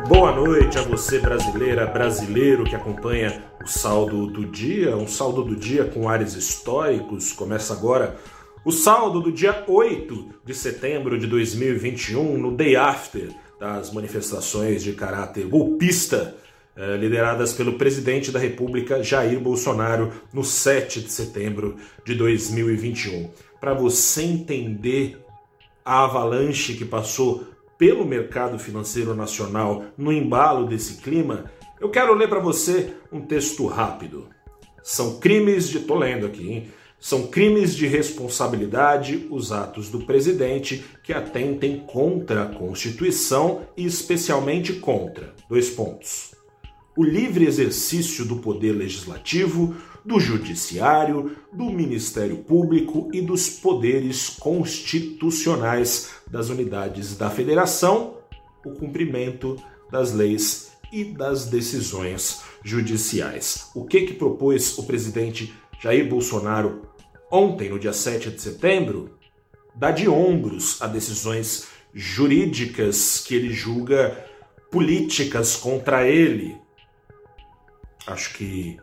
Boa noite a você, brasileira, brasileiro que acompanha o saldo do dia, um saldo do dia com ares históricos. Começa agora o saldo do dia 8 de setembro de 2021, no day after das manifestações de caráter golpista, lideradas pelo presidente da República, Jair Bolsonaro, no 7 de setembro de 2021. Para você entender a avalanche que passou pelo mercado financeiro nacional no embalo desse clima, eu quero ler para você um texto rápido. São crimes de... Tô lendo aqui, hein? São crimes de responsabilidade os atos do presidente que atentem contra a Constituição e especialmente contra, o livre exercício do poder legislativo, do judiciário, do Ministério Público e dos poderes constitucionais das unidades da Federação, o cumprimento das leis e das decisões judiciais. O que propôs o presidente Jair Bolsonaro ontem, no dia 7 de setembro? Dá de ombros a decisões jurídicas que ele julga políticas contra ele. Acho que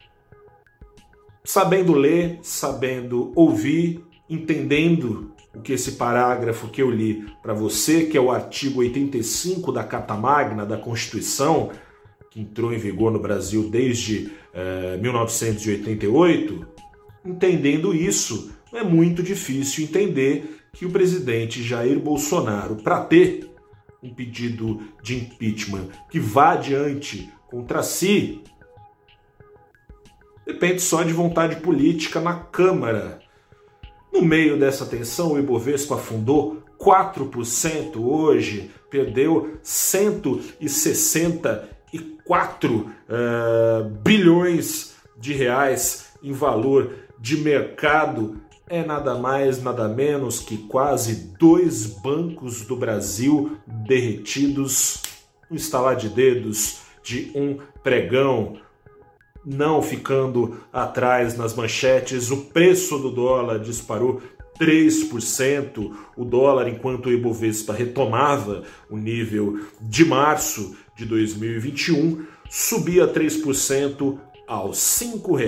sabendo ler, sabendo ouvir, entendendo o que esse parágrafo que eu li para você, que é o artigo 85 da Carta Magna da Constituição, que entrou em vigor no Brasil desde 1988, entendendo isso, não é muito difícil entender que o presidente Jair Bolsonaro, para ter um pedido de impeachment que vá adiante contra si, depende só de vontade política na Câmara. No meio dessa tensão, o Ibovespa afundou 4% hoje, perdeu 164 bilhões de reais em valor de mercado. É nada mais, nada menos que quase 2 bancos do Brasil derretidos, um estalar de dedos de um pregão. Não ficando atrás nas manchetes, o preço do dólar disparou 3%, o dólar, enquanto o Ibovespa retomava o nível de março de 2021, subia 3% aos R$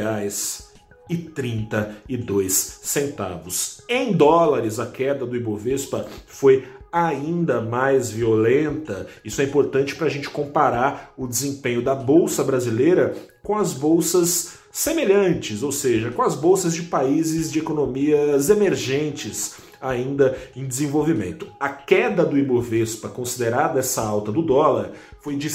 5,32. Em dólares, a queda do Ibovespa foi ainda mais violenta. Isso é importante para a gente comparar o desempenho da Bolsa brasileira com as bolsas semelhantes, ou seja, com as bolsas de países de economias emergentes, ainda em desenvolvimento. A queda do Ibovespa, considerada essa alta do dólar, foi de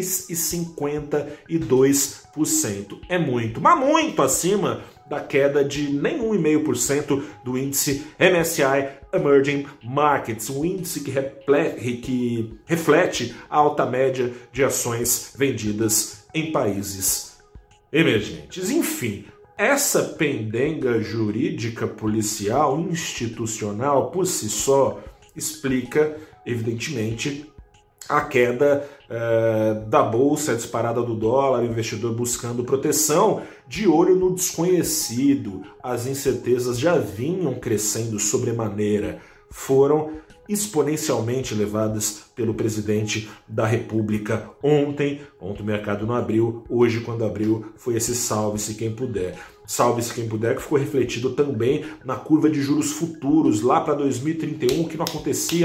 6,52%. É muito, mas muito acima da queda de nem 1,5% do índice MSCI Emerging Markets, um índice que reflete a alta média de ações vendidas em países emergentes. Enfim, essa pendenga jurídica, policial, institucional, por si só, explica, evidentemente, a queda da bolsa, a disparada do dólar, o investidor buscando proteção, de olho no desconhecido. As incertezas já vinham crescendo sobremaneira, foram exponencialmente levadas pelo presidente da República ontem. Ontem o mercado não abriu, hoje quando abriu foi esse salve-se quem puder. Salve-se quem puder, que ficou refletido também na curva de juros futuros lá para 2031, que não acontecia,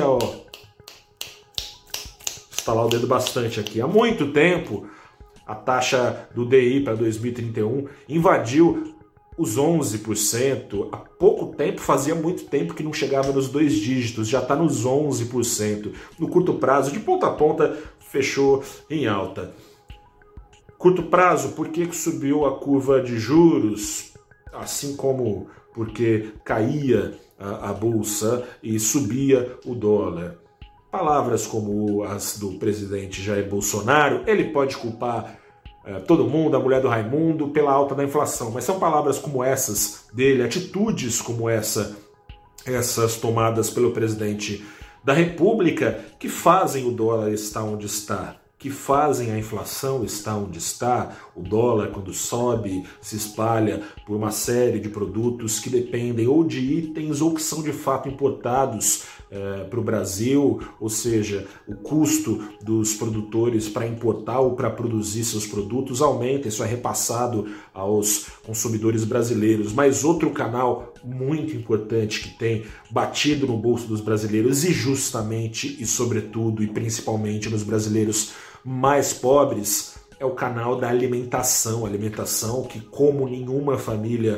estalar o dedo bastante aqui. Há muito tempo, a taxa do DI para 2031 invadiu os 11%. Há pouco tempo, fazia muito tempo que não chegava nos 2 dígitos, já está nos 11%. No curto prazo, de ponta a ponta, fechou em alta. Curto prazo, por que subiu a curva de juros? Assim como porque caía a bolsa e subia o dólar. Palavras como as do presidente Jair Bolsonaro, ele pode culpar todo mundo, a mulher do Raimundo, pela alta da inflação, mas são palavras como essas dele, atitudes como essas tomadas pelo presidente da República, que fazem o dólar estar onde está, que fazem a inflação estar onde está. O dólar, quando sobe, se espalha por uma série de produtos que dependem ou de itens ou que são de fato importados para o Brasil, ou seja, o custo dos produtores para importar ou para produzir seus produtos aumenta, isso é repassado aos consumidores brasileiros. Mas outro canal muito importante que tem batido no bolso dos brasileiros e justamente e sobretudo e principalmente nos brasileiros mais pobres é o canal da alimentação, que como nenhuma família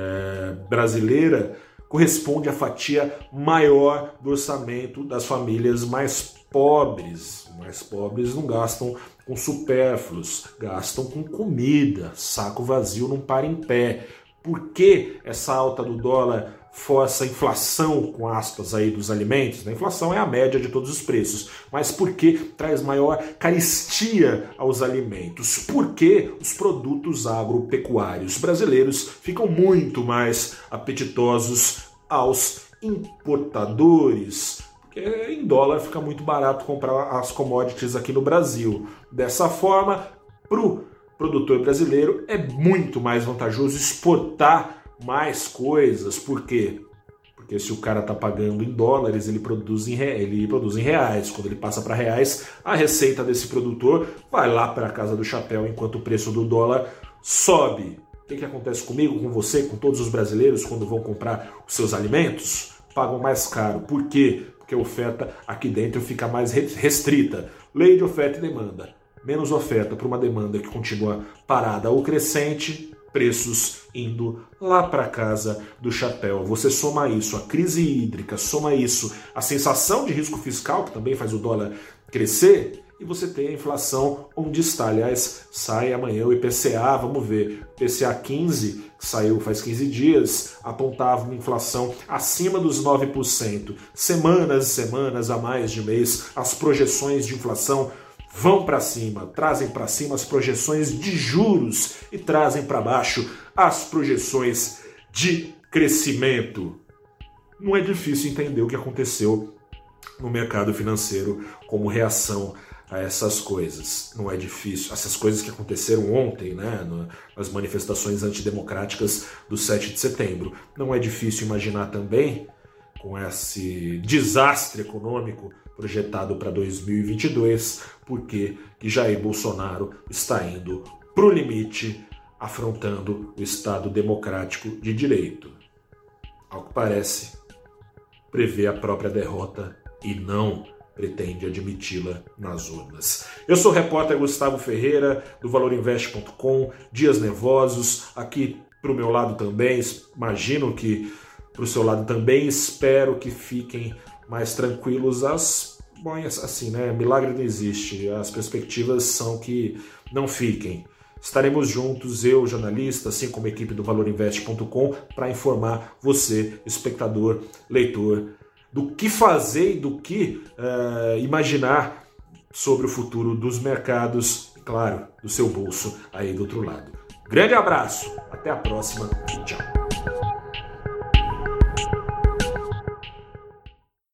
brasileira corresponde à fatia maior do orçamento das famílias mais pobres. Mais pobres não gastam com supérfluos, gastam com comida, saco vazio não para em pé. Por que essa alta do dólar força a inflação, com aspas, aí dos alimentos? A inflação é a média de todos os preços. Mas por que traz maior carestia aos alimentos? Porque os produtos agropecuários brasileiros ficam muito mais apetitosos aos importadores. Porque em dólar fica muito barato comprar as commodities aqui no Brasil. Dessa forma, para o produtor brasileiro é muito mais vantajoso exportar mais coisas. Por quê? Porque se o cara está pagando em dólares, ele produz em reais. Quando ele passa para reais, a receita desse produtor vai lá para a casa do chapéu enquanto o preço do dólar sobe. O que acontece comigo, com você, com todos os brasileiros quando vão comprar os seus alimentos? Pagam mais caro. Por quê? Porque a oferta aqui dentro fica mais restrita. Lei de oferta e demanda. Menos oferta para uma demanda que continua parada ou crescente, preços indo lá para casa do chapéu. Você soma isso, a crise hídrica, soma isso, a sensação de risco fiscal, que também faz o dólar crescer, e você tem a inflação onde está. Aliás, sai amanhã o IPCA, vamos ver. IPCA 15, que saiu faz 15 dias, apontava uma inflação acima dos 9%. Semanas e semanas, a mais de mês, as projeções de inflação vão para cima, trazem para cima as projeções de juros e trazem para baixo as projeções de crescimento. Não é difícil entender o que aconteceu no mercado financeiro como reação a essas coisas. Não é difícil. Essas coisas que aconteceram ontem, né, nas manifestações antidemocráticas do 7 de setembro. Não é difícil imaginar também, com esse desastre econômico projetado para 2022, porque Jair Bolsonaro está indo para o limite, afrontando o Estado democrático de direito. Ao que parece, prevê a própria derrota e não pretende admiti-la nas urnas. Eu sou o repórter Gustavo Ferreira, do valorinvest.com, dias nervosos, aqui para o meu lado também, imagino que para o seu lado também, espero que fiquem mais tranquilos. Bom, assim, né? Milagre não existe. As perspectivas são que não fiquem. Estaremos juntos, eu, jornalista, assim como a equipe do valorinvest.com, para informar você, espectador, leitor, do que fazer e do que imaginar sobre o futuro dos mercados e, claro, do seu bolso aí do outro lado. Grande abraço, até a próxima e tchau.